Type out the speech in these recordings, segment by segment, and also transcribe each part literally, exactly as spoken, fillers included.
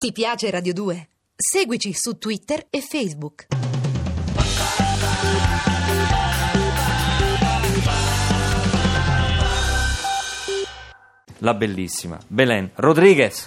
Ti piace Radio due? Seguici su Twitter e Facebook. La bellissima Belen Rodriguez.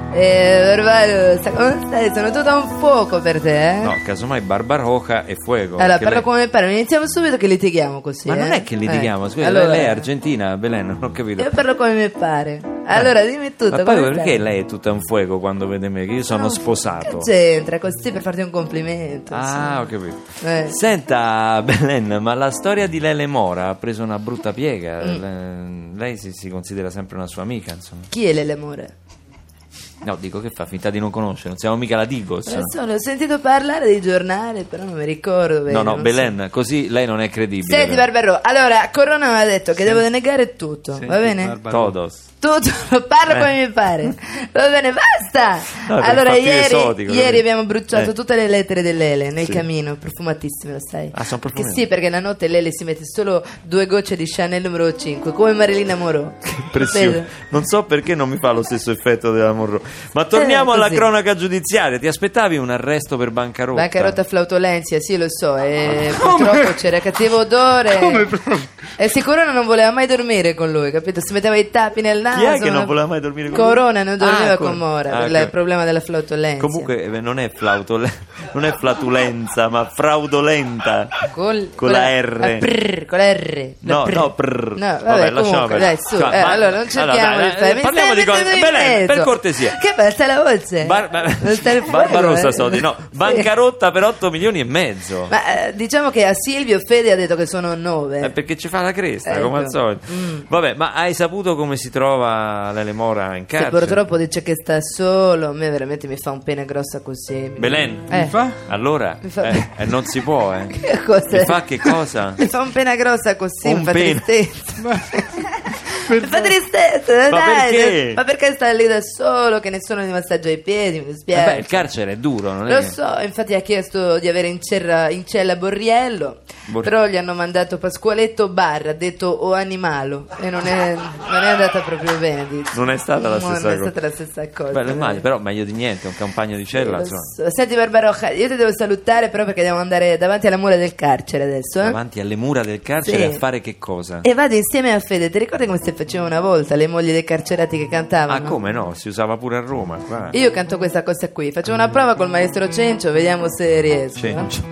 Eh, Barbarossa, come stai? Sono tutta un fuoco per te, eh? No, casomai Barbaroja e fuego. Allora, Che parlo lei- come pare, iniziamo subito che litighiamo così. Ma non eh? è che litighiamo, Eh. scusa, Allora, lei è argentina, Belen, non ho capito. Io parlo come mi pare. Allora, dimmi tutto. Ma poi come perché stai? lei è tutta un fuego quando vede me? Che io sono No, sposato. Che c'entra? Così per farti un complimento. Ah, ho capito. Eh. Senta, Belen, ma la storia di Lele Mora ha preso una brutta piega. Mm. Le- Lei si, si considera sempre una sua amica, insomma. Chi è Lele More? No, dico che fa finta di non conoscere, non siamo mica la Digos. Adesso ne ho sentito parlare dei giornali, però non mi ricordo bene. No, no, non Belen, così lei non è so. credibile. Senti, Barbarò, allora, Corona mi ha detto che devo denegare tutto, va bene? Todos. Tutto, parlo Eh. come mi pare. Va bene, basta. No, per allora, farti ieri, esotico, ieri capito? abbiamo bruciato Eh. tutte le lettere dell'Ele nel Sì. camino, profumatissime, lo sai? Ah, sono Che profumate? sì, perché la notte l'Ele si mette solo due gocce di Chanel numero cinque, come Marilina Monroe. Pressione. Vedi? Non so perché non mi fa lo stesso effetto della Monroe. Ma torniamo Eh, alla così. cronaca giudiziaria. Ti aspettavi un arresto per bancarotta? Bancarotta flautolenzia, sì, lo so. E purtroppo c'era cattivo odore. E sicuro non voleva mai dormire con lui, capito? Si metteva i tappi nel naso. Chi è che non voleva mai dormire con lui? Corona non dormiva Ah, con Cor- Mora ah, per ok. il problema della flautolenzia. Comunque eh, non è flautole- non è flatulenza, ma fraudolenta. Col- Con la R. ah, prr, con la R. La No, prr. no, prr. No, vabbè, Vabbè, lasciamo comunque, perdere. dai, su. Cioè, eh, ma- allora, non cerchiamo allora, di dai, fare. Mi parliamo stai di cose- mettendo in Belen, per mezzo. cortesia. Che basta la voce? Bar- bar- Non stare fuori, Barbarossa eh. Sodi, no, Sì. bancarotta per otto milioni e mezzo. Ma eh, diciamo che a Silvio Fede ha detto che sono nove. Eh, perché ci fa la cresta, Ecco. come al solito. Mm. Vabbè, ma hai saputo come si trova Lele Mora in Se carcere? purtroppo dice che sta solo, a me veramente mi fa un pene grossa così. Mi- Belen, Eh. mi fa? Allora, Mi fa- eh, eh, non si può, eh. Che cos'è? Mi fa che cosa? Mi fa un pena grossa così, Un mi fa pene. tristezza. Mi fa tristezza, Ma dai. perché? Ma perché sta lì da solo, che nessuno gli massaggia i piedi, mi Eh dispiace. beh, il carcere è duro, non è? Lo che- so, infatti ha chiesto di avere in, cerra- in cella Borriello, Bor- però gli hanno mandato Pasqualetto Barra, detto o animalo, e non è, non è andata proprio bene. dice. Non è stata la No, stessa non è cosa. stata la stessa cosa. Beh, lo eh. immagino, però meglio di niente, un compagno di cella, Lo insomma. so. Senti Barbaroja, io ti devo salutare però perché devo andare davanti alla mura del carcere adesso, eh? Davanti alle mura del carcere Sì. a fare che cosa? E vado insieme a Fede. Ti ricordi come si faceva una volta le mogli dei carcerati che cantavano? Ah, come no? Si usava pure a Roma, qua. Io canto questa cosa qui. Faccio una prova col maestro Cencio, vediamo se riesco. Cencio.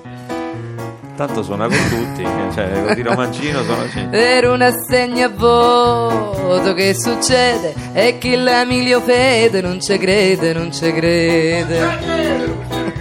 Tanto suona con tutti, eh, cioè di romancino sono Cencio. Per un assegno a voto che succede è che l'Emilio Fede non ci crede, non ci crede.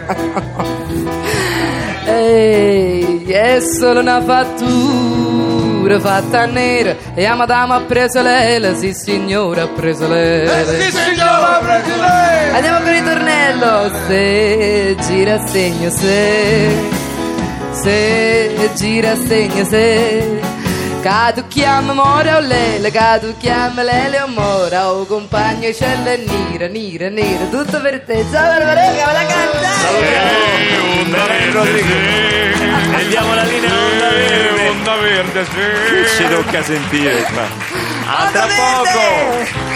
Ehi, è solo una fattura fatta nera e a madama ha preso lei, sì signora ha preso lei. Sì signora, preso lei! Andiamo con il ritornello. Se gira segno se, se gira segno se, cadu chiama mora o lele, cadu chiama lele o mora, o compagno c'è nera, nera, nera, tutto per te. Ciao Barbarossa, me la cantare! Onda Rodriguez. E diamo la linea a Onda Verde. Onda verde, Che sì! ci tocca sentire qua. A tra Onda poco! Verde!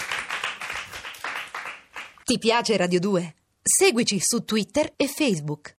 Ti piace Radio due? Seguici su Twitter e Facebook.